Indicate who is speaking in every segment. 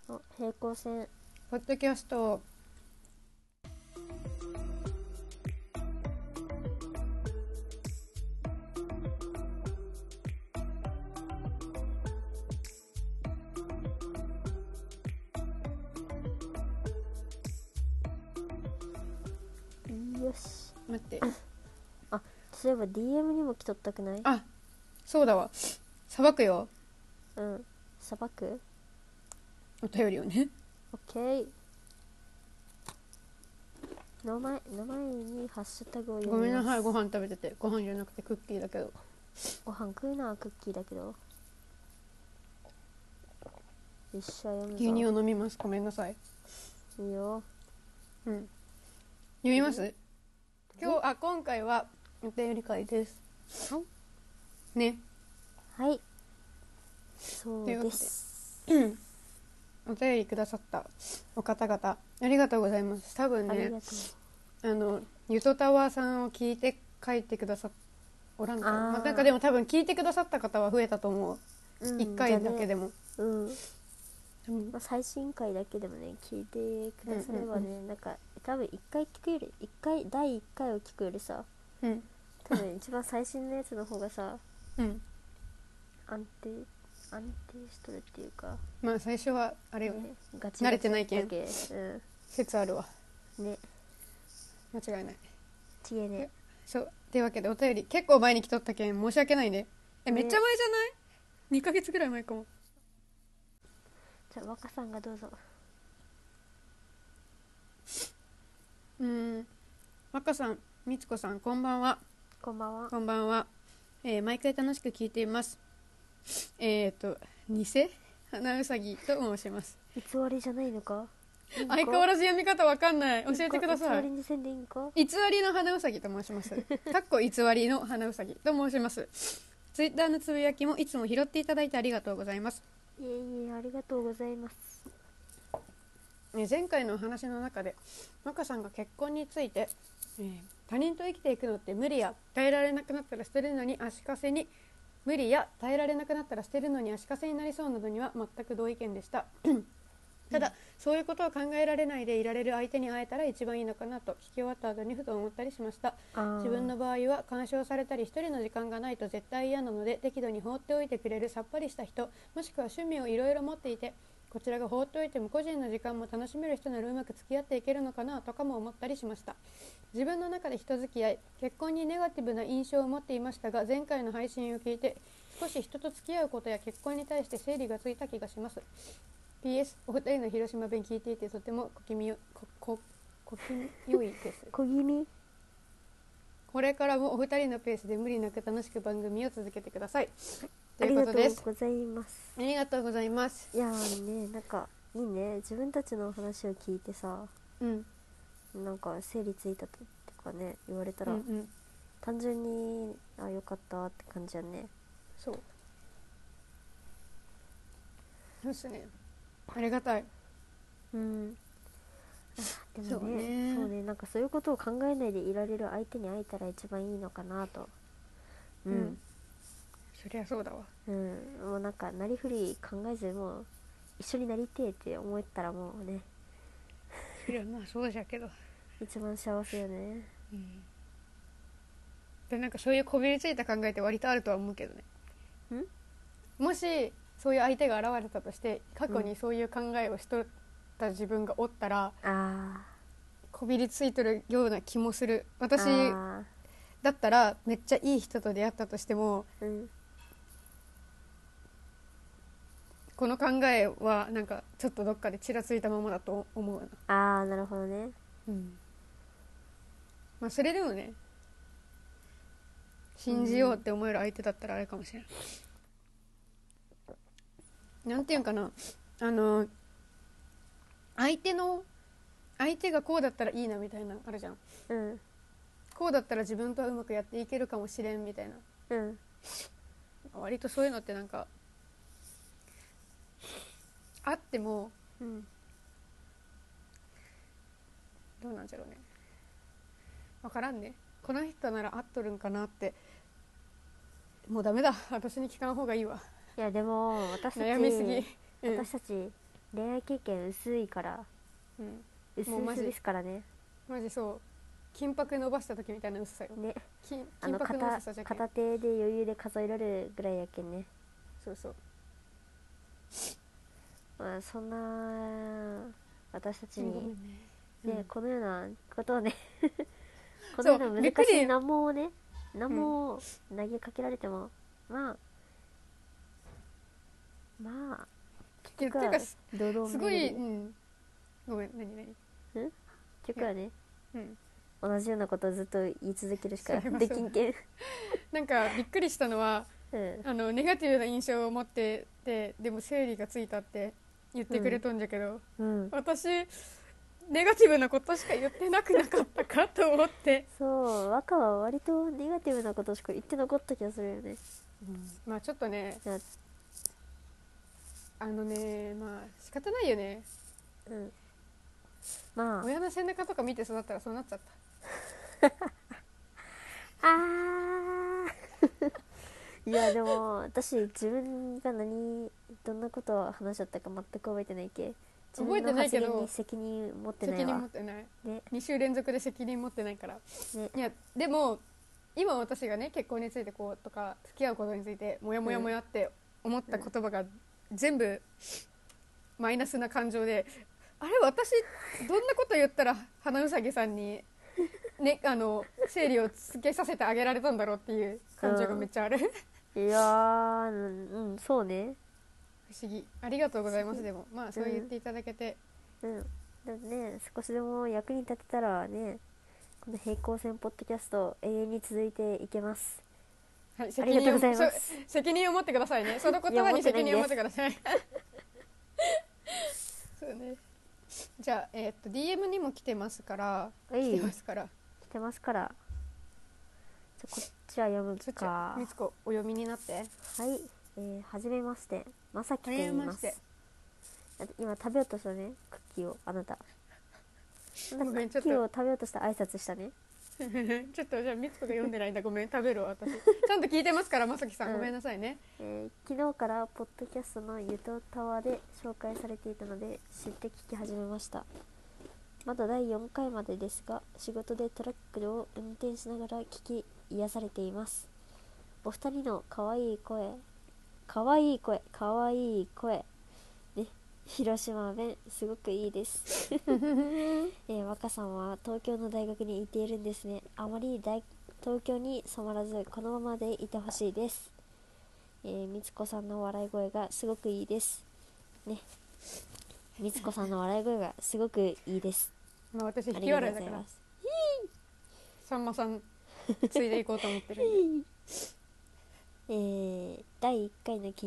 Speaker 1: 平行線
Speaker 2: ポッドキャスト。
Speaker 1: よし。
Speaker 2: 待って。
Speaker 1: そういえば DM にも来とったくない？
Speaker 2: あ、そうだわ。さばくよ。
Speaker 1: さばく？
Speaker 2: お便りをね。
Speaker 1: オッケー。の前にハッシュタグを読みます。
Speaker 2: ごめんなさい、ご飯食べてて。ご飯じゃなくてクッキーだけど。
Speaker 1: ご飯食うな、クッキーだけど。よっしゃ、読むぞ。
Speaker 2: 牛乳を飲みます。ごめんなさい。
Speaker 1: いいよ。
Speaker 2: 読みます？今回はお便り会です。
Speaker 1: はい。
Speaker 2: ね。
Speaker 1: はい。そうです。
Speaker 2: お便りくださったお方々ありがとうございます。多分ね、ゆとたわさんを聞いて書いてくださおらんかな。なんかでも多分聞いてくださった方は増えたと思う。1回だけでも。
Speaker 1: 最新回だけでもね聞いてくださればね、なんか多分1回聞くより第1回を聞くよりさ、多分一番最新のやつの方がさ、安定しとるっていうか、
Speaker 2: まあ最初はあれよね、
Speaker 1: ガチ
Speaker 2: 慣れてないけん、説あるわ
Speaker 1: ね。
Speaker 2: 間違いない。
Speaker 1: 違えね。
Speaker 2: そうというわけでお便り結構前に来とったけん申し訳ないね。めっちゃ前じゃない？2ヶ月ぐらい前かも。
Speaker 1: じゃあ若さんがどうぞ。
Speaker 2: 若さん、みつこさん、こんばんは。
Speaker 1: こんばんは。
Speaker 2: こんばんは。毎回楽しく聞いています。偽花うさぎと申します。
Speaker 1: 偽りじゃないのか？
Speaker 2: 相変わらず読み方わかんない。教えてください。
Speaker 1: 偽りにせんでいいんか？
Speaker 2: 偽りの花うさぎと申します。かっこ偽りの花うさぎと申します。ツイッターのつぶやきもいつも拾っていただいてありがとうございます。
Speaker 1: いえいえ、ありがとうございます。
Speaker 2: 前回のお話の中で若さんが結婚について、他人と生きていくのって無理や耐えられなくなったら捨てるのに足かせに無理や耐えられなくなったら捨てるのに足かせになりそうなどには全く同意見でした。ただ、そういうことを考えられないでいられる相手に会えたら一番いいのかなと聞き終わった後にふと思ったりしました。自分の場合は干渉されたり一人の時間がないと絶対嫌なので、適度に放っておいてくれるさっぱりした人、もしくは趣味をいろいろ持っていてこちらが放っておいても個人の時間も楽しめる人ならうまく付き合っていけるのかなとかも思ったりしました。自分の中で人付き合い、結婚にネガティブな印象を持っていましたが、前回の配信を聞いて少し人と付き合うことや結婚に対して整理がついた気がします。PS、お二人の広島弁聞いていてとても小気味良いです。
Speaker 1: 小気味。
Speaker 2: これからもお二人のペースで無理なく楽しく番組を続けてください。
Speaker 1: ありがとうございます。
Speaker 2: ありがとうございます。
Speaker 1: いやね、なんかいいね、自分たちの話を聞いてさ、なんか整理ついたとかね言われたら、単純によかったって感じやね。
Speaker 2: そうですね、ありがたい。
Speaker 1: でもね、そうね、なんかそういうことを考えないでいられる相手に会えたら一番いいのかなと。
Speaker 2: そりゃそうだわ。
Speaker 1: もうなんかなりふり考えず、もう一緒になりてえって思ったらもうね、
Speaker 2: いやまあそうじゃけど
Speaker 1: 一番幸せよね。
Speaker 2: でなんかそういうこびりついた考えって割とあるとは思うけどね。もしそういう相手が現れたとして過去にそういう考えをしとった自分がおったら、こびりついとるような気もする。私だったらめっちゃいい人と出会ったとしても、この考えはなんかちょっとどっかでちらついたままだと思う
Speaker 1: な。なるほどね。
Speaker 2: まあそれでもね、信じようって思える相手だったらあれかもしれない。なんていうんかな、相手がこうだったらいいなみたいなのあるじゃん。こうだったら自分とはうまくやっていけるかもしれんみたいな。割とそういうのってなんかあっても、どうなんじゃろうね。分からんね。この人なら合っとるんかなって。もうダメだ、私に聞かん方がいいわ。
Speaker 1: いやでも私たち
Speaker 2: 悩みすぎ、
Speaker 1: 私たち恋愛経験薄いから、
Speaker 2: うん、
Speaker 1: 薄
Speaker 2: もうマジ
Speaker 1: 々ですからね。
Speaker 2: マジそう金箔伸ばした時みたいな薄さよ
Speaker 1: ね、
Speaker 2: 金箔の薄さじゃけん。
Speaker 1: 片手で余裕で数えられるぐらいやけんね。
Speaker 2: そうそう。
Speaker 1: まあそんな私たちに、
Speaker 2: ごめんね、
Speaker 1: でこのようなことをねこの
Speaker 2: そう
Speaker 1: ような難しい難問をね、難問を投げかけられても、まあ結局は堂々
Speaker 2: すごい、ごめん何
Speaker 1: 結局はね、
Speaker 2: うん、
Speaker 1: 同じようなことをずっと言い続けるしかできんけん
Speaker 2: なんかびっくりしたのは、ネガティブな印象を持ってて、でも生理がついたって言ってくれとんじゃけど、私ネガティブなことしか言ってなかったかと思って
Speaker 1: そう若は割とネガティブなことしか言ってなかった気がするよね。
Speaker 2: まあちょっとね、まあ仕方ないよね。まあ親の背中とか見て育ったらそうなっちゃった
Speaker 1: いやでも私自分がどんなことを話しちゃったか全く覚えてないけ、自分の発言に責任持ってないわ。
Speaker 2: 責任持ってない、
Speaker 1: ね、
Speaker 2: 2週連続で責任持ってないから、ね、いやでも今私がね結婚についてこうとか付き合うことについてモヤモヤモヤって思った言葉が全部マイナスな感情で、あれ私どんなこと言ったら花うさぎさんに、ね、生理をつけさせてあげられたんだろうっていう感情がめっちゃある
Speaker 1: いやー、そうね、
Speaker 2: 不思議。ありがとうございます。でもまあそう言っていただけて、
Speaker 1: だね、少しでも役に立てたらね、この平行線ポッドキャスト永遠に続いていけます。
Speaker 2: はい、
Speaker 1: ありがとうございます。
Speaker 2: 責任を持ってくださいね。その言葉に責任を持ってください。そうね。じゃあ、DM にも来てますから、来てますから。
Speaker 1: じゃこっちは読むか。
Speaker 2: みつこお読みになって。はい、
Speaker 1: はじめまして、まさきと言います。今食べようとしたね、クッキーを。あなたクッキーを食べようとした挨拶したね。
Speaker 2: ちょっとじゃあみつこが読んでないんだ、ごめん、食べるわ私。ちゃんと聞いてますから、まさきさん、ごめんなさいね。
Speaker 1: 昨日からポッドキャストのゆとたわで紹介されていたので知って聞き始めました。まだ第4回までですが、仕事でトラックを運転しながら聞き癒されています。お二人のかわいい声ね、広島弁すごくいいです。若さんは東京の大学に行っているんですね。あまり東京に染まらずこのままでいてほしいです。みつこさんの笑い声がすごくいいですね。みつこさんの笑い声がすごくいいです。
Speaker 2: まあ私引き笑いだからさんまさんついでいこうと思ってるん
Speaker 1: で第1回の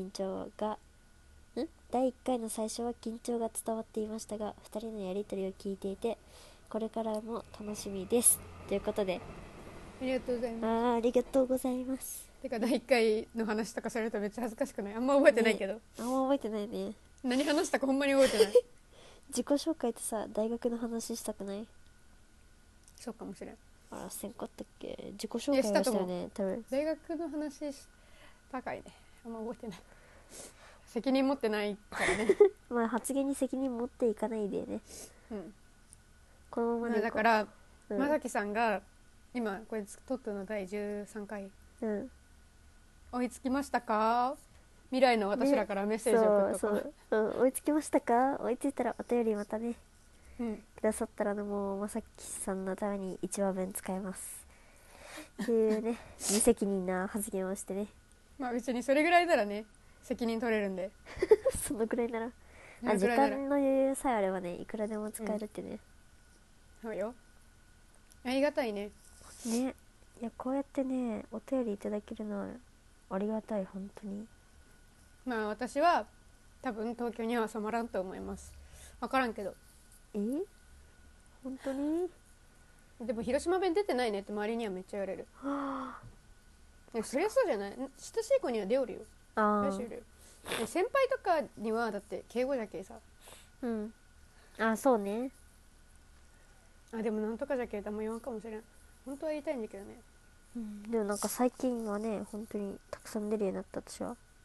Speaker 1: 第1回の最初は緊張が伝わっていましたが、2人のやりとりを聞いていてこれからも楽しみですということで、
Speaker 2: ありがとうございます。
Speaker 1: ありがとうございます。
Speaker 2: てか第1回の話とかされるとめっちゃ恥ずかしくない？あんま覚えてないけど、
Speaker 1: あんま覚えてないね。
Speaker 2: 何話したかほんまに覚えてない
Speaker 1: 自己紹介とさ、大学の話したくない？
Speaker 2: そうかもしれん。
Speaker 1: せんかったっけ？自己紹介はしたよね、多分。
Speaker 2: 大学の話高いね。あんま覚えてない。責任持ってないからね
Speaker 1: まあ発言に責任持っていかないでね、このままで
Speaker 2: だから、まさきさんが今これ撮ったの第13回、追いつきましたか？未来の私らからメッセージを送っとこう。
Speaker 1: 追いつきましたか？追いついたらお便りまたね、くださったらもうまさきさんのために1話分使えますっていうね無責任な発言をしてね。
Speaker 2: まあ別にそれぐらいならね責任取れるんで
Speaker 1: そのぐらいなら時間の余裕さえあればね、いくらでも使えるってね、
Speaker 2: そうよ、ありがたいね。
Speaker 1: いやこうやってねお便りいただけるのはありがたい、本当に。
Speaker 2: まあ私は多分東京には染まらんと思います。分からんけど。
Speaker 1: 本当に？
Speaker 2: でも広島弁出てないねって周りにはめっちゃ言われる。そりゃそうじゃない？親しい子には出おるよ。先輩とかにはだって敬語じゃけさ。
Speaker 1: そうね。
Speaker 2: でもなんとかじゃけあんま言わんかもしれん。本当は言いたいんだけどね。
Speaker 1: でもなんか最近はね本当にたくさん出るようになった。私は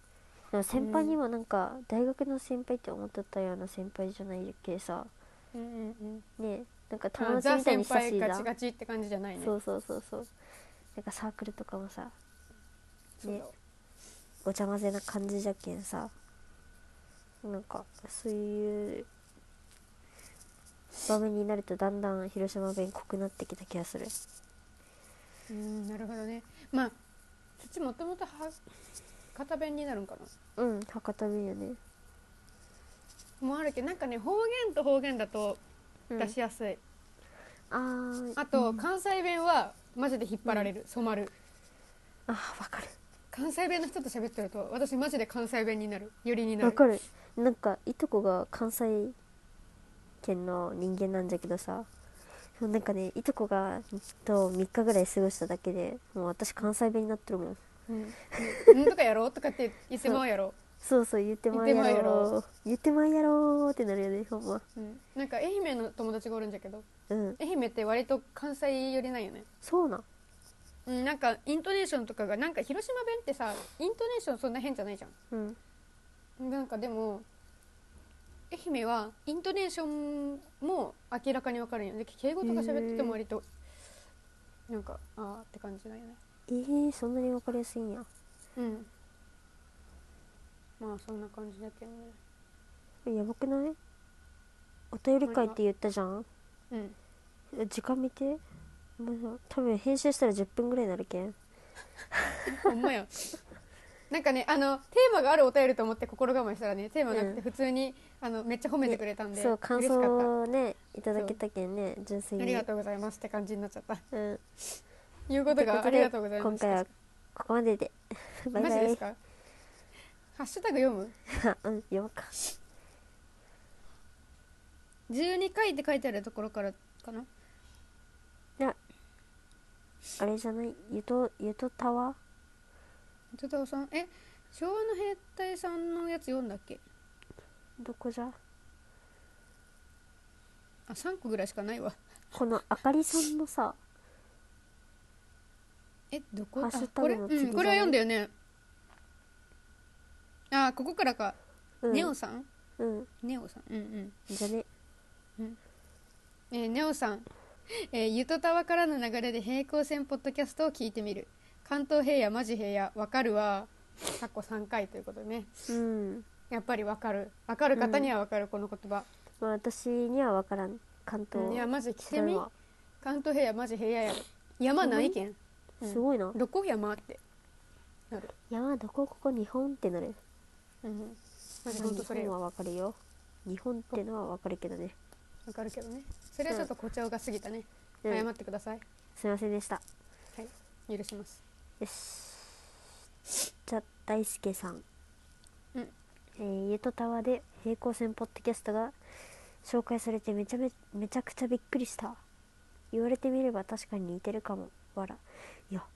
Speaker 1: でも先輩にもなんか大学の先輩って思ってたような先輩じゃないけさ、
Speaker 2: うんうんうん、
Speaker 1: ね、なんか友達みたいに親しいじゃん。
Speaker 2: ザ先輩ガチガチって感じじゃないね。
Speaker 1: そうそうそうそう。なんかサークルとかもさ、ね、
Speaker 2: そうだわ。
Speaker 1: ごちゃ混ぜな感じじゃけんさ、なんかそういう場面になるとだんだん広島弁濃くなってきた気がする。
Speaker 2: なるほどね。まあそっちもともと博弁になるんかな。
Speaker 1: うん、博多弁よね。
Speaker 2: もあるけど、なんかね、方言と方言だと出しやすい、あと、関西弁はマジで引っ張られる、染まる。
Speaker 1: あ、わかる。
Speaker 2: 関西弁の人と喋ってると私マジで関西弁になる、よりになる。
Speaker 1: わかる。なんかいとこが関西県の人間なんだけどさ、なんかね、いとこがと3日ぐらい過ごしただけでもう私関西弁になってるもん。
Speaker 2: うんとかやろうとかって言ってまうやろ。
Speaker 1: そうそう、言ってまうやろ言ってまうやろってなるよね、ほんま。
Speaker 2: なんか愛媛の友達がおるんだけど、
Speaker 1: うん、
Speaker 2: 愛媛って割と関西寄りなんよね。
Speaker 1: そうなん。
Speaker 2: なんかイントネーションとかが、なんか広島弁ってさイントネーションそんな変じゃないじゃん。なんかでも愛媛はイントネーションも明らかに分かるんよね。敬語とか喋ってても割となんかあーって感じなんよね。
Speaker 1: そんなに分かりやすいんや。
Speaker 2: まあそんな感じだけどね。
Speaker 1: やばくない？お便り会って言ったじゃん。時間見て、多分編集したら10分ぐらいになるけん。
Speaker 2: ほんまや。なんかね、テーマがあるお便りと思って心構えしたらね、テーマなくて普通に、めっちゃ褒めてくれたんで、
Speaker 1: そう、感
Speaker 2: 嬉しかった。
Speaker 1: 想をねいただけたけんね、純粋に
Speaker 2: ありがとうございますって感じになっちゃった。
Speaker 1: いう
Speaker 2: ことがありがとうございます。
Speaker 1: 今回はここまででバイバイ。
Speaker 2: マジですか？ハッシュタグ読む？
Speaker 1: 読むか。
Speaker 2: 12回って書いてあるところからかな。
Speaker 1: いや、あれじゃない、ゆとタワー、
Speaker 2: ゆとたわさん、昭和の兵隊さんのやつ読んだっけ？
Speaker 1: どこじゃ。
Speaker 2: 3個ぐらいしかないわ。
Speaker 1: このあかりさんのさ、
Speaker 2: どこ？
Speaker 1: ハッシュタグの次じゃない？
Speaker 2: これは読んだよね。ここからか。ネオさん？ネオさん。
Speaker 1: じゃね。
Speaker 2: ネオさん、ゆとたわからの流れで平行線ポッドキャストを聞いてみる。関東平野マジ平野わかるわ。過去3回ということでね。やっぱりわかる方にはわかる、この言葉。
Speaker 1: まあ私にはわからん。関東、
Speaker 2: いやマジ来てみ。関東平野マジ平野やろ。山ないけん。
Speaker 1: すごいな。
Speaker 2: どこ山ってなる。
Speaker 1: 山どこ？ここ日本ってなる。
Speaker 2: マジ本当それよ。
Speaker 1: 日本はわかるよ。日本ってのはわかるけどね。
Speaker 2: わかるけどね。それはちょっと誇張が過ぎたね。謝ってください。
Speaker 1: すいませんでした。
Speaker 2: はい、許します。
Speaker 1: よし。じゃあ大輔さん。ゆとたわで平行線ポッドキャストが紹介されてめちゃくちゃびっくりした。言われてみれば確かに似てるかも。わら。いや、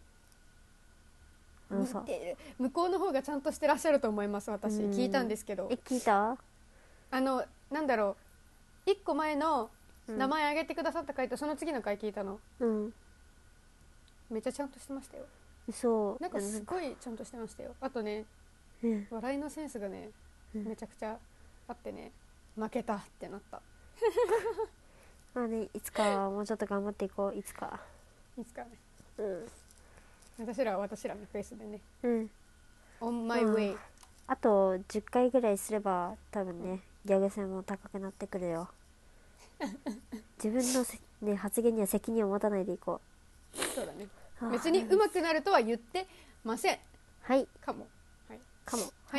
Speaker 2: さ、向こうの方がちゃんとしてらっしゃると思います。私聞いたんですけど。
Speaker 1: 聞いた？
Speaker 2: なんだろう、1個前の名前挙げてくださった回とその次の回聞いたの。めっちゃちゃんとしてましたよ。
Speaker 1: そう
Speaker 2: なんかすごいちゃんとしてましたよ。あとね、笑いのセンスがねめちゃくちゃあってね、負けたってなった。
Speaker 1: まあね、いつかもうちょっと頑張っていこう。いつかね。
Speaker 2: 私らは私らのペースでね。On my way。
Speaker 1: あと10回ぐらいすれば多分ね、ギャグ線も高くなってくるよ。自分の発言には責任を持たないでいこ
Speaker 2: う。そうだね。別に上手くなるとは言ってません。
Speaker 1: はい
Speaker 2: かも。
Speaker 1: はい。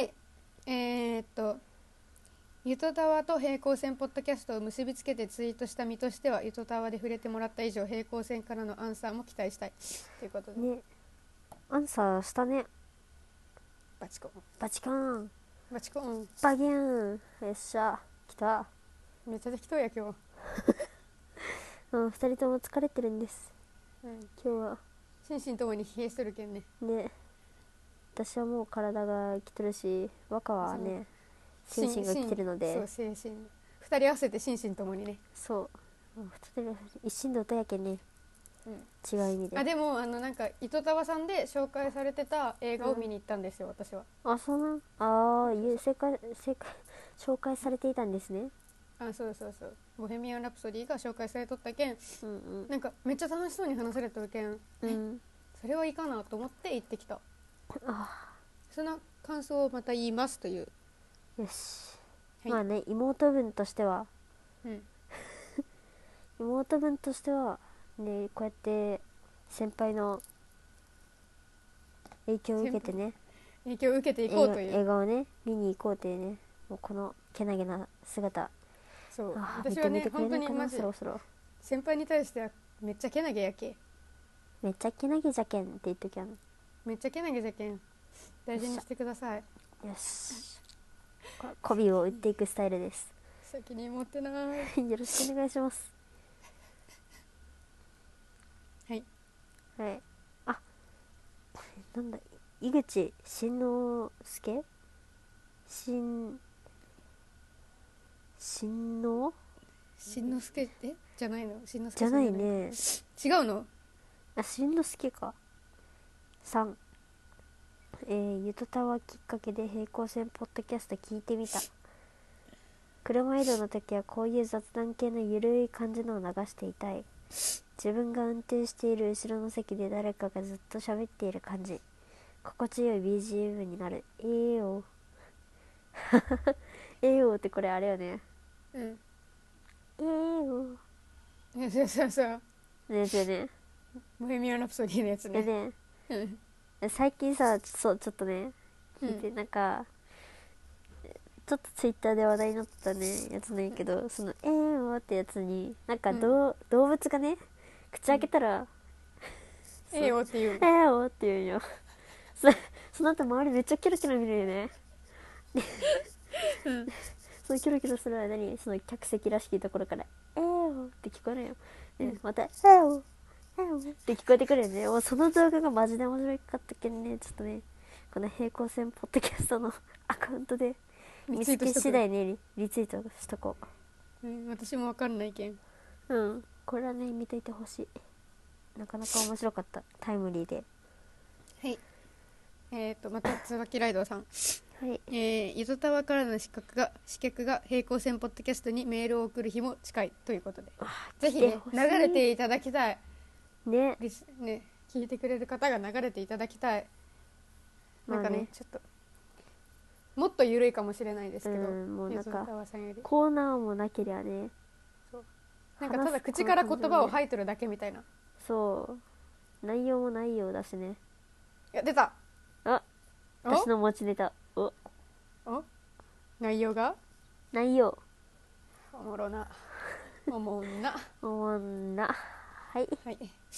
Speaker 2: ゆとたわと平行線ポッドキャストを結びつけてツイートした身としては、ゆとたわで触れてもらった以上平行線からのアンサーも期待したいということでね。
Speaker 1: アンサーしたね。
Speaker 2: バチコン
Speaker 1: バチコン
Speaker 2: バチコン
Speaker 1: バギューン。よっしゃ来た。
Speaker 2: めっちゃ適当や今日。
Speaker 1: 2人とも疲れてるんです、今日は。
Speaker 2: 心身ともに疲弊しとるけんね。
Speaker 1: 私はもう体がきとるし、若はね心身が来てるので。
Speaker 2: そう、精神2人合わせて心身ともにね。
Speaker 1: そう、一心同体やけんね。 違う意味で。
Speaker 2: あでもなんか糸タワさんで紹介されてた映画を見に行ったんですよ、私は。
Speaker 1: あ、そうなん。紹介されていたんですね。
Speaker 2: あ、そうそうそう、ボヘミアン・ラプソディが紹介されとったけん、
Speaker 1: うんうん。
Speaker 2: なんかめっちゃ楽しそうに話されとるけん、
Speaker 1: うん。
Speaker 2: それはいいかなと思って行ってきた。
Speaker 1: あ、
Speaker 2: その感想をまた言いますという。
Speaker 1: よし。
Speaker 2: はい、
Speaker 1: まあね、妹分としては
Speaker 2: うん
Speaker 1: ね、こうやって先輩の影響を受けてね、
Speaker 2: 影響を受けていこうという。
Speaker 1: 映画をね見に行こうというね、もうこのけなげな姿、
Speaker 2: そう
Speaker 1: 見
Speaker 2: 私はね
Speaker 1: てみてくれ
Speaker 2: 本当にマジ
Speaker 1: ないかな、そろそろ。
Speaker 2: 先輩に対してはめっちゃけなげやけ。
Speaker 1: めっちゃけなげじゃけんって言っときゃん。よ
Speaker 2: めっちゃけなげじゃけん大事にしてください。
Speaker 1: し、媚びを売っていくスタイルです。
Speaker 2: 先に持ってない。
Speaker 1: よろしくお願いします。
Speaker 2: はい、
Speaker 1: はい。あ、なんだ、井口慎之介、慎之
Speaker 2: しんのすけじゃないの、しんのすけ
Speaker 1: じゃないね。
Speaker 2: 違うの。
Speaker 1: あ、慎之介か。さん、ゆとたわきっかけで平行線ポッドキャスト聞いてみた。車移動の時はこういう雑談系のゆるい感じのを流していたい。自分が運転している後ろの席で誰かがずっと喋っている感じ、心地よい BGM になる。よよってこれあれよね。
Speaker 2: うん、
Speaker 1: よ
Speaker 2: そうそうそう
Speaker 1: のやつよね。
Speaker 2: ボヘミアン・ラプソディのやつね。
Speaker 1: でね、
Speaker 2: うん
Speaker 1: 最近さ、ちょっとね聞いて、なんかちょっとツイッターで話題になったねやつなんやけど、そのってやつになんか動物がね口開けたら、
Speaker 2: よっていう
Speaker 1: って言うんよ。その後周りめっちゃキョロキョロ見るよね。そのキョロキョロする間にその客席らしきところからって聞こえるよ。でまたって聞こえてくるよね。もうその動画がマジで面白かったけんね、ちょっとねこの平行線ポッドキャストのアカウントで見つけ次第ねリツイートしとこ
Speaker 2: う、私も分かんないけん。
Speaker 1: これはね見といてほしい。なかなか面白かった、タイムリーで。
Speaker 2: はい、また椿ライドさん、
Speaker 1: はい、
Speaker 2: ゆとたわからの刺客が平行線ポッドキャストにメールを送る日も近いということで、ぜひね流れていただきたい
Speaker 1: ね。
Speaker 2: 聞いてくれる方が流れていただきたい。なんかね、ちょっともっと緩いかもしれないですけど、
Speaker 1: もうなんか
Speaker 2: さんより
Speaker 1: コーナーもなけりゃね、
Speaker 2: なんかただ口から言葉を吐いてるだけみたいな。
Speaker 1: そう内容も内容だしね。
Speaker 2: いや出た、
Speaker 1: 私の持ちネタ。
Speaker 2: 内容が
Speaker 1: 内容
Speaker 2: おもろなおもんな
Speaker 1: おもんな。はい、
Speaker 2: はい、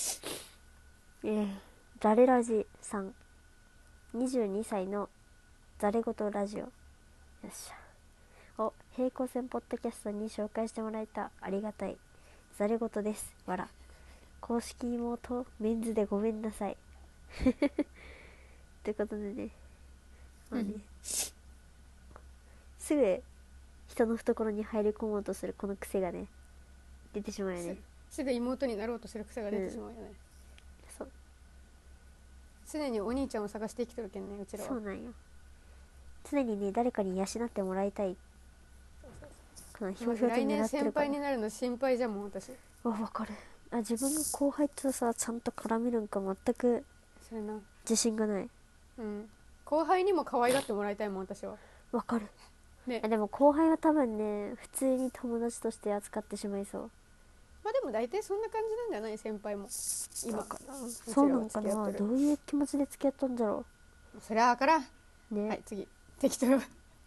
Speaker 1: ザレラジさん、22歳のザレごとラジオ。よっしゃ。平行線ポッドキャストに紹介してもらえた、ありがたい。ザレごとです。わら。公式妹メンズでごめんなさい。ということでね、すぐ人の懐に入り込もうとするこの癖がね出てしまうよね。
Speaker 2: すぐ妹になろうとする癖が出てしまうよね。
Speaker 1: そう、
Speaker 2: 常にお兄ちゃんを探して生きてるけんね、うちらは。
Speaker 1: そうなんよ。常にね誰かに養ってもらいたい。このひょうひょうと狙ってるから。
Speaker 2: 来年先輩になるの心配じゃん、もう私。
Speaker 1: わかる。自分が後輩とさちゃんと絡めるんか全く
Speaker 2: それな
Speaker 1: 自信がない。
Speaker 2: 後輩にも可愛がってもらいたいもん、私は。
Speaker 1: わかる、
Speaker 2: ね、
Speaker 1: でも後輩は多分ね普通に友達として扱ってしまいそう。
Speaker 2: まあでも大体そんな感じなんじゃない、先輩も今かな。
Speaker 1: そうなんかな、どういう気持ちで付き合ったんだろ
Speaker 2: う。それは分からん
Speaker 1: ね。
Speaker 2: はい、次適当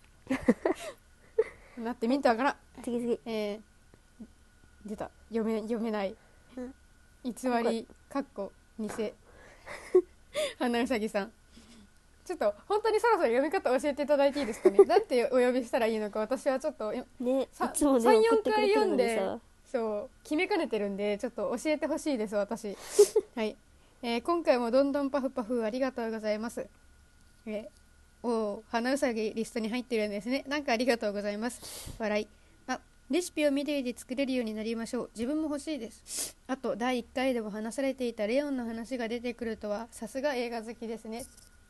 Speaker 2: なってみんとわからん。
Speaker 1: 次
Speaker 2: 出た、読めない、偽りかっこ偽花うさぎさん、ちょっと本当にそろそろ読み方教えていただいていいですかね。なんてお呼びしたらいいのか私はちょっとね、いつもね 3,4 回読んでそう決めかねてるんで、ちょっと教えてほしいです私はい、今回もどんどんパフパフありがとうございます。花うさぎリストに入ってるんですね。なんかありがとうございます。笑い。 レシピを見ていて作れるようになりましょう。自分も欲しいです。あと第1回でも話されていたレオンの話が出てくるとはさすが映画好きですね。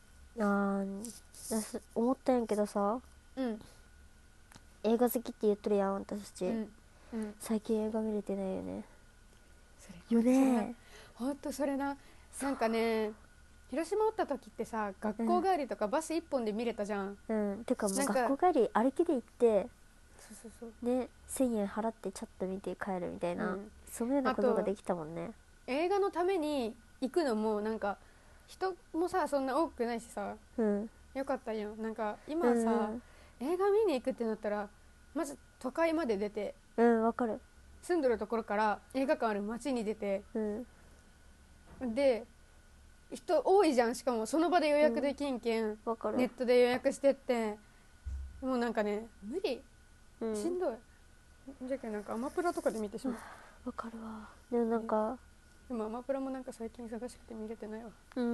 Speaker 1: 思ったんやけどさ、
Speaker 2: うん、
Speaker 1: 映画好きって言っとるやん私たち、
Speaker 2: うんうん、
Speaker 1: 最近映画見れてないよね。
Speaker 2: それ
Speaker 1: よね。
Speaker 2: ほんとそれなんかね、広島おった時ってさ、学校帰りとかバス1本で見れたじゃん。
Speaker 1: てかもう
Speaker 2: なんか
Speaker 1: 学校帰り歩きで行って
Speaker 2: そう
Speaker 1: ね、1000円払ってチャッと見て帰るみたいな、
Speaker 2: うん、
Speaker 1: そのようなことができたもんね。
Speaker 2: 映画のために行くのもなんか人もさそんな多くないしさ、よかったよ。なんか今さ、映画見に行くってなったらまず都会まで出て、
Speaker 1: わかる。
Speaker 2: 住んでるところから映画館ある街に出て、で人多いじゃん。しかもその場で予約できんけん、
Speaker 1: わかる。
Speaker 2: ネットで予約してって、もうなんかね無理、しんどい。じゃけなんかアマプラとかで見てしまう。
Speaker 1: わかるわ。でもなんか、
Speaker 2: でもアマプラもなんか最近忙しくて見れてないわ。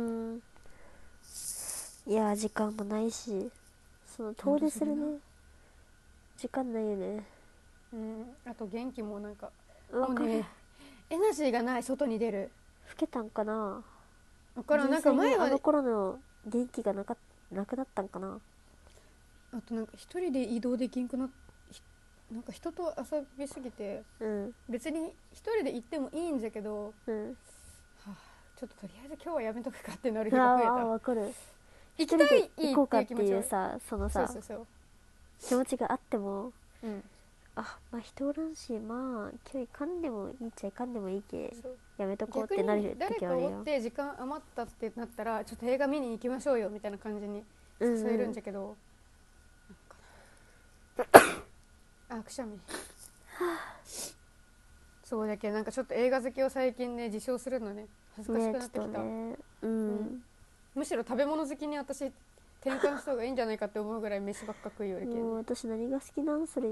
Speaker 1: いや時間もないし、その遠出するね、時間ないよね。
Speaker 2: あと元気もなんか
Speaker 1: わかる。
Speaker 2: もうねエナジーがない。外に出る。
Speaker 1: 老けたんかな。
Speaker 2: だからなんか前は
Speaker 1: あの頃の元気がなくなったんかな。
Speaker 2: あとなんか一人で移動できんくなんか人と遊びすぎて、別に一人で行ってもいいんじゃけど、ちょっととりあえず今日はやめとくかってなる日が増えた。
Speaker 1: わかる。
Speaker 2: 行きたい
Speaker 1: 行こうかっていうさ、そのさ
Speaker 2: そう
Speaker 1: 気持ちがあっても、
Speaker 2: ま
Speaker 1: あ人おらんし、まあ今日行かんでもいいっちゃ行かんでもいいけやめとこうってなる時あるよ。
Speaker 2: 誰かおって時間余ったってなったらちょっと映画見に行きましょうよみたいな感じに誘えるんじゃけど、くしゃみそうだけどなんかちょっと映画好きを最近ね自称するのね恥ずかしくなってきた、むしろ食べ物好きに私転換した方がいいんじゃないかって思うぐらい飯ばっか食いよるけん。
Speaker 1: もう私何が好きなんそれ。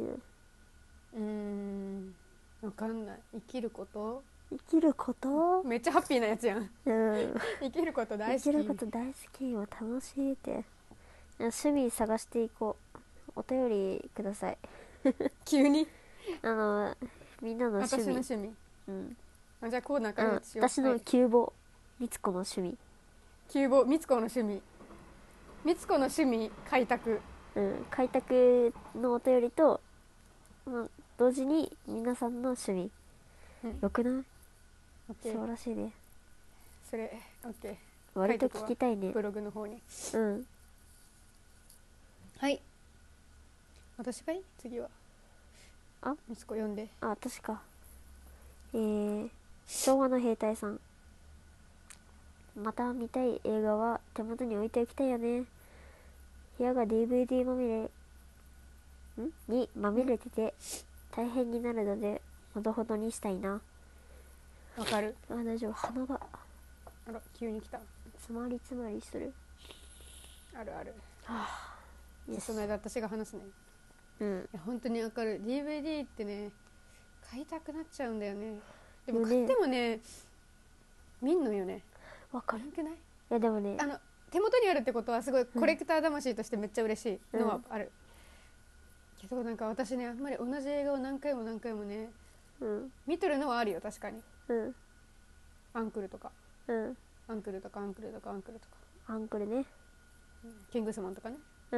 Speaker 2: わかんない。生きること、
Speaker 1: め
Speaker 2: っちゃハッピーなやつやん。生きること大好き。
Speaker 1: 生きること大好きよ。楽しいって。趣味探していこう。お便りください。
Speaker 2: 急に
Speaker 1: みんなの趣味。
Speaker 2: 私の趣味。じゃあコーナーからしよう。
Speaker 1: 私の急募、みつこの趣味。
Speaker 2: 急募、みつこの趣味。みつこの趣味開拓。
Speaker 1: 開拓のお便りと、同時に皆さんの趣味。よくない？素晴らしいね。
Speaker 2: それ OK。
Speaker 1: 割と聞きたいね。
Speaker 2: ブログの方に。はい。私がいい？次は。みつこ読んで。
Speaker 1: 私か。昭和の兵隊さん。また見たい映画は手元に置いておきたいよね。部屋が DVD にまみれてて大変になるのでほどほどにしたいな。
Speaker 2: わかる。
Speaker 1: 大丈夫。鼻が
Speaker 2: 急に来た。
Speaker 1: つまりする。
Speaker 2: ある。その間私が話すね。本当にわかる。 DVD ってね買いたくなっちゃうんだよね。でも買ってもね見んのよね。
Speaker 1: わかる。
Speaker 2: くない？い
Speaker 1: やでもね
Speaker 2: 手元にあるってことはすごいコレクター魂としてめっちゃ嬉しいのはある、けどなんか私ねあんまり同じ映画を何回もね、見とるのはあるよ確かに。アンクルとか、アンクルね、キングスマンとかね。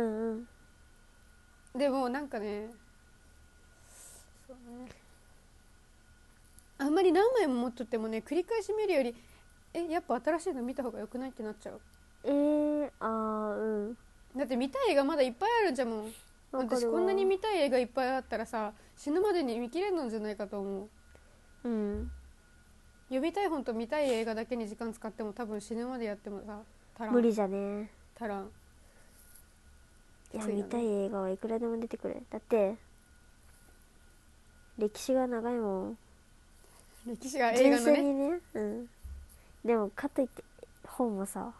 Speaker 2: でもなんかね、そうね、あんまり何枚も持っとってもね繰り返し見るよりやっぱ新しいの見た方が良くないってなっちゃう。だって見たい映画まだいっぱいあるじゃんもん。私こんなに見たい映画いっぱいあったらさ死ぬまでに見切れるんじゃないかと思う。読みたい本と見たい映画だけに時間使っても多分死ぬまでやってもさ足らん。
Speaker 1: 無理じゃね。
Speaker 2: 足らん。
Speaker 1: いや、見たい映画はいくらでも出てくる。だって歴史が長いもん。
Speaker 2: 歴史が映画のね。
Speaker 1: 純粋にね。でもかといって本もさ、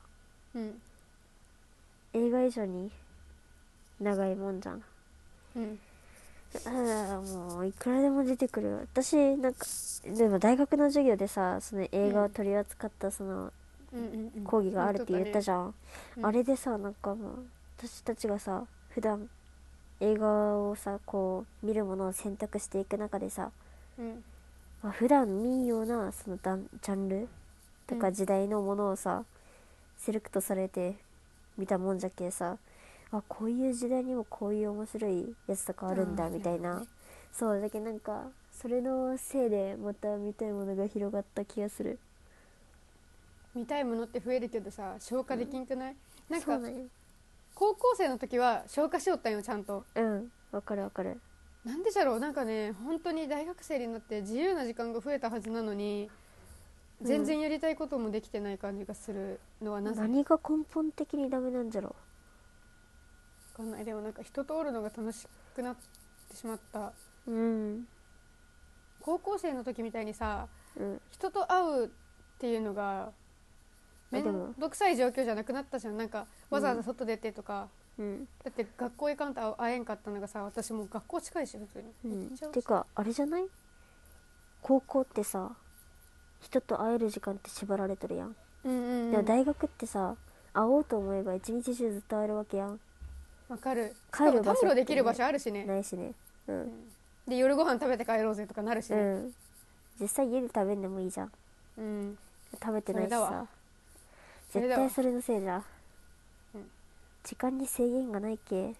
Speaker 1: 映画以上に長いもんじゃん。もういくらでも出てくる。私なんかでも大学の授業でさその映画を取り扱ったその講義があるって言ったじゃん。あれでさなんかもう私たちがさ普段映画をさこう見るものを選択していく中でさ、
Speaker 2: うん
Speaker 1: 普段見んようなそのジャンルとか時代のものをさ、セレクトされて見たもんじゃけさ、こういう時代にもこういう面白いやつとかあるんだみたいな、
Speaker 2: ね、
Speaker 1: そうだけどなんかそれのせいでまた見たいものが広がった気がする。
Speaker 2: 見たいものって増えるけどさ消化できんくない、なんか
Speaker 1: そうなんよ。
Speaker 2: 高校生の時は消化しよったんよちゃんと。
Speaker 1: わかるわかる。
Speaker 2: なんでじゃろう、なんかね本当に大学生になって自由な時間が増えたはずなのに全然やりたいこともできてない感じがするのはなぜ、
Speaker 1: 何が根本的にダメなんじゃろ
Speaker 2: わかんない。でもなんか人とおるのが楽しくなってしまった。
Speaker 1: う。
Speaker 2: 高校生の時みたいにさ
Speaker 1: うん。
Speaker 2: 人と会うっていうのがめん
Speaker 1: でも
Speaker 2: どくさい状況じゃなくなったじゃん。なんかわざわざ外出てとか、だって学校行かんと会えんかったのがさ、私もう学校近いし普通に、
Speaker 1: てかあれじゃない、高校ってさ人と会える時間って縛られてるやん。でも大学ってさ会おうと思えば一日中ずっと会えるわけやん。
Speaker 2: わかる。
Speaker 1: 帰る場所ってね、
Speaker 2: たむろできる場所あるしね。
Speaker 1: ないしね。
Speaker 2: で夜ご飯食べて帰ろうぜとかなるしね。
Speaker 1: 実際家で食べんでもいいじゃん。食べてないしさ、絶対それのせいじゃ、時間に制限がないけ、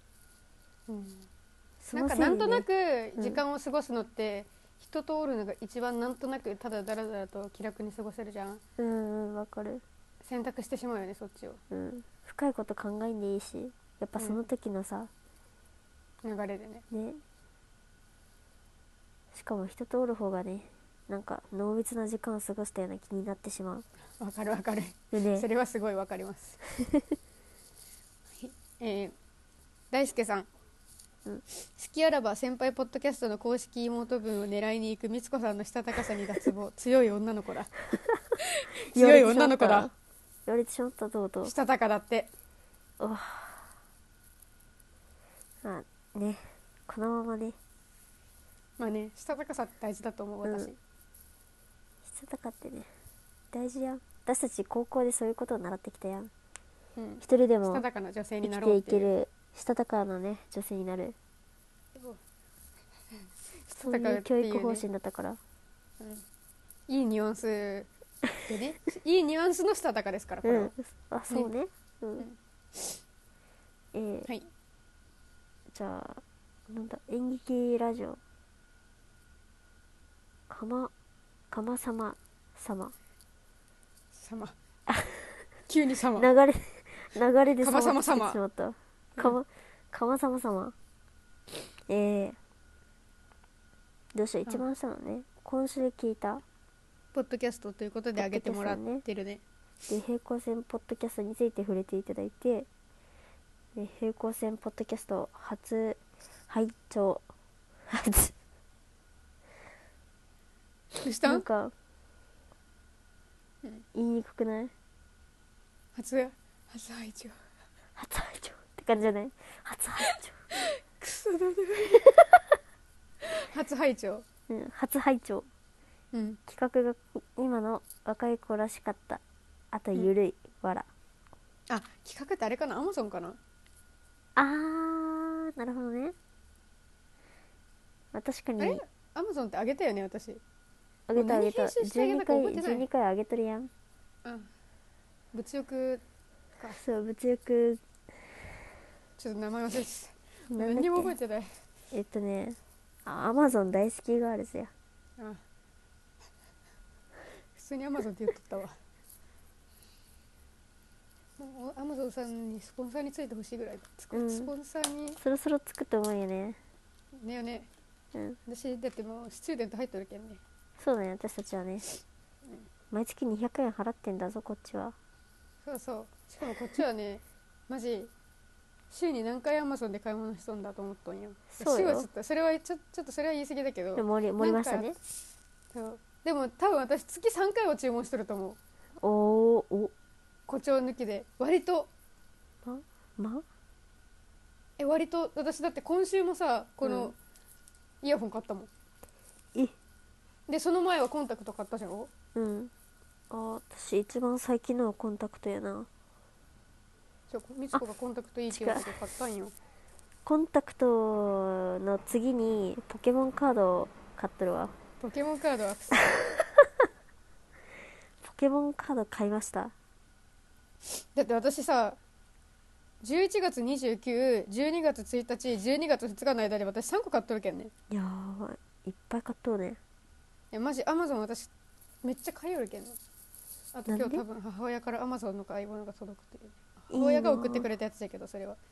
Speaker 2: なんかなんとなく時間を過ごすのって、人とおるのが一番なんとなくただだらだらと気楽に過ごせるじゃん。
Speaker 1: わかる。
Speaker 2: 選択してしまうよねそっちを。
Speaker 1: 深いこと考えんでいいし、やっぱその時のさ、
Speaker 2: 流れでね。
Speaker 1: しかも人とおる方がね、なんか濃密な時間を過ごしたような気になってしまう。
Speaker 2: わかるわかる、それはすごいわかります大輔さん、好きあらば先輩ポッドキャストの公式妹分を狙いに行くみつこさんのしたたかさに脱帽。強い女の子だ強い女の子だ。
Speaker 1: 言われてしまった。とうとう
Speaker 2: したたかだって。
Speaker 1: ね、このままね。
Speaker 2: まあね、したたかさって大事だと思う私。
Speaker 1: したたかってね大事やん。私たち高校でそういうことを習ってきたやん。一人でも
Speaker 2: したたかな女性になろ
Speaker 1: 生
Speaker 2: うっていう。
Speaker 1: きていけるしたたかなね女性になる。そういう教育方針だったから、
Speaker 2: いいニュアンスでねいいニュアンスのしたたかですからこれは。
Speaker 1: そうね。
Speaker 2: はい。
Speaker 1: じゃあなんだ、演劇ラジオかまさま
Speaker 2: 急に様
Speaker 1: 流れで
Speaker 2: かまさま
Speaker 1: 様ってしまった。かまさま様。どうしよう。一番下のね、今週聞いた
Speaker 2: ポッドキャストということで上げてもらってるね。
Speaker 1: で平行線ポッドキャストについて触れていただいて、で平行線ポッドキャスト初拝聴
Speaker 2: どうした
Speaker 1: なんか、言いにくくない？
Speaker 2: 初拝聴
Speaker 1: って感じじゃない？初拝聴
Speaker 2: クソだね初拝聴、
Speaker 1: 初拝聴、企画が今の若い子らしかった。あとゆるい、わら。
Speaker 2: 企画ってあれかな、アマゾンかな。
Speaker 1: なるほどね。確かに
Speaker 2: あれアマゾンってあげたよね私。
Speaker 1: あげた12回あげとるやん。
Speaker 2: 物欲か。
Speaker 1: そう、物欲。
Speaker 2: ちょっと名前忘れてた。何にも覚えてない。
Speaker 1: アマゾン大好きガールズや。
Speaker 2: 普通にアマゾンって言っとったわ。アマゾンさんにスポンサーについてほしいぐらいだ。スポンサーに
Speaker 1: そろそろつくと思うよね。
Speaker 2: ねよね。私だってもうスチューデント入っとるけんね。
Speaker 1: そうだね、私たちはね、毎月200円払ってんだぞこっちは。
Speaker 2: そうそう。しかもこっちはねマジ週に何回アマゾンで買い物しとんだと思っとんよ。
Speaker 1: そうよ。
Speaker 2: それはちょっとそれは言い過ぎだけど。
Speaker 1: でも盛りましたね。
Speaker 2: そうでも多分私月3回は注文しとると思う。
Speaker 1: お
Speaker 2: 誇張抜きで割と割と私だって今週もさこのイヤホン買ったもん。でその前はコンタクト買ったじゃん。
Speaker 1: 私一番最近のはコンタクトやな。
Speaker 2: みつこがコンタクトいいって言うけど買ったんよ。
Speaker 1: コンタクトの次にポケモンカードを買っとるわ。
Speaker 2: ポケモンカードは
Speaker 1: ポケモンカード買いました。
Speaker 2: だって私さ、11月29、12月1日、12月2日の間で私3個買っとるけんね。
Speaker 1: いやー、いっぱい買っとるね。
Speaker 2: いやマジアマゾン私めっちゃ買いよるけんな。あと今日多分母親からアマゾンの買い物が届くっていう。母親が送ってくれたやつだけど、それは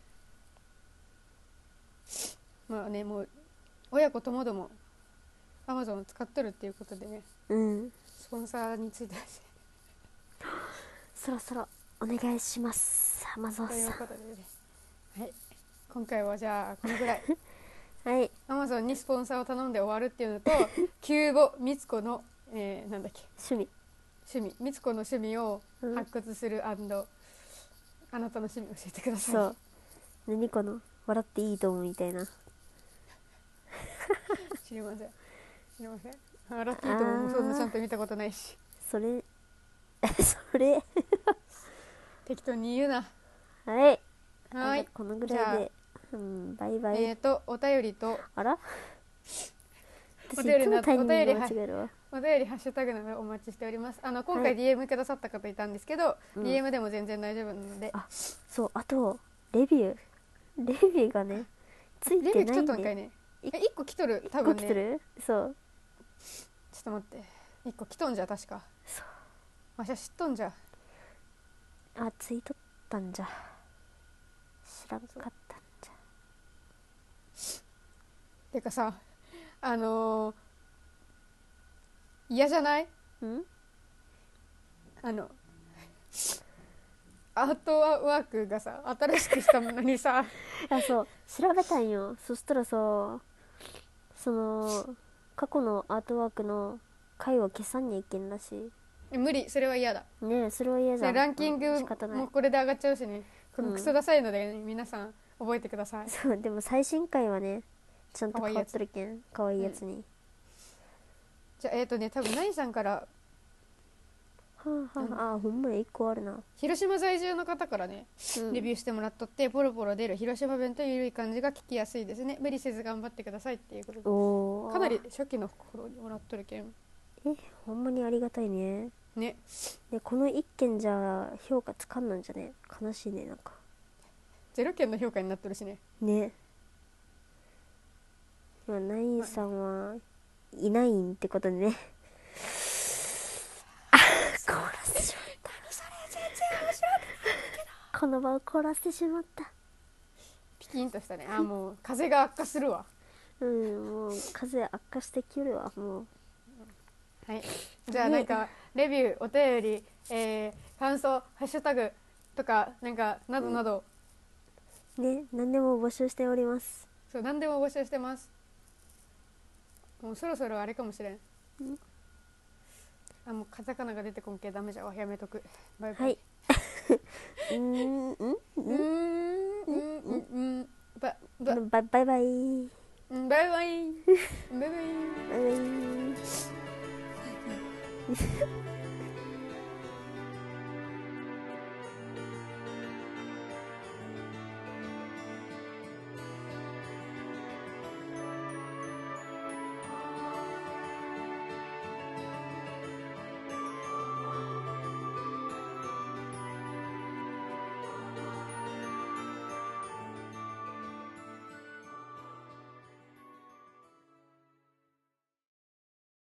Speaker 2: まあね、もう親子ともどもアマゾンを使っとるっていうことでね、
Speaker 1: うん。
Speaker 2: スポンサーについて
Speaker 1: そろそろお願いします、アマゾン
Speaker 2: という
Speaker 1: さん。
Speaker 2: ことでね、はい、今回はじゃあこのぐらい
Speaker 1: はい。
Speaker 2: アマゾンにスポンサーを頼んで終わるっていうのとキューボみつこの、なんだっけ、
Speaker 1: 趣
Speaker 2: 味みつこの趣味を
Speaker 1: 味。
Speaker 2: 発掘する、あなたの趣味教えてください。
Speaker 1: そう。何この笑っていいと思うみたいな。
Speaker 2: 知りません笑っていいともそんなちゃんと見たことないし、
Speaker 1: それそれ
Speaker 2: 適当に言うな。
Speaker 1: はい。
Speaker 2: はい、
Speaker 1: このぐらいで、うん、バイバイ。
Speaker 2: お便りと
Speaker 1: あら
Speaker 2: お便り
Speaker 1: 私いつもタイミング間違えるわ。
Speaker 2: お便りハッシュタグなどお待ちしております。今回 DM くださった方いたんですけど、
Speaker 1: うん、
Speaker 2: DM でも全然大丈夫なので。
Speaker 1: あ、そう、あとレビューがねついてないんで。
Speaker 2: レビュー来とったんかいね。1個来とる多分ね。
Speaker 1: 1個来とる。そう、
Speaker 2: ちょっと待って、1個来とんじゃ確か。
Speaker 1: そう、
Speaker 2: わしゃ知っとんじゃ。
Speaker 1: あ、ついとったんじゃ、知らんかったんじ
Speaker 2: てかさ、嫌じゃない？
Speaker 1: ん
Speaker 2: アートワークがさ新しくしたものにさ
Speaker 1: あ、そう調べたんよ。そしたらさ、その過去のアートワークの回を消さんにゃいけんらし
Speaker 2: 無理、それは嫌だ
Speaker 1: いね。え、それは嫌じゃん。
Speaker 2: ランキング
Speaker 1: 仕方ない。
Speaker 2: もこれで上がっちゃうしね、このクソダサいので、皆さん覚えてください。
Speaker 1: そう、でも最新回はねちゃんと変わっとるけん、かわいいやつに、
Speaker 2: じゃあ多分ナイさんから、
Speaker 1: はあはあ、あ、ほんまや1個あるな。
Speaker 2: 広島在住の方からね、レビューしてもらっとって、ポロポロ出る広島弁とゆるい感じが聞きやすいですね、無理せず頑張ってくださいっていうことで、
Speaker 1: おー、
Speaker 2: かなり初期の頃にもらっとるけん
Speaker 1: ほんまにありがたいね。
Speaker 2: ね。
Speaker 1: でこの1件じゃ評価つかんなんじゃね。悲しいね。なんか
Speaker 2: 0件の評価になっとるしね。
Speaker 1: ね。今ナインさんはいないんってことでね。あ、凍らせてしまった。この場を凍らせてしまった。
Speaker 2: ピキンとしたね。もう風が悪化するわ。
Speaker 1: うん、もう風悪化してきるわ。もう
Speaker 2: はい、じゃあなんかレビュー、お便り、感想、ハッシュタグとかなんかなどなど、
Speaker 1: ね、何でも募集しております。
Speaker 2: そう、何でも募集してます。もうそろそろあれかもしれん。もうカタカナが出てこんけダメじゃわ、やめとく。バイバイ。
Speaker 1: はい。バイバイ。
Speaker 2: バイバイ。
Speaker 1: バイバイ。
Speaker 2: バイバイ。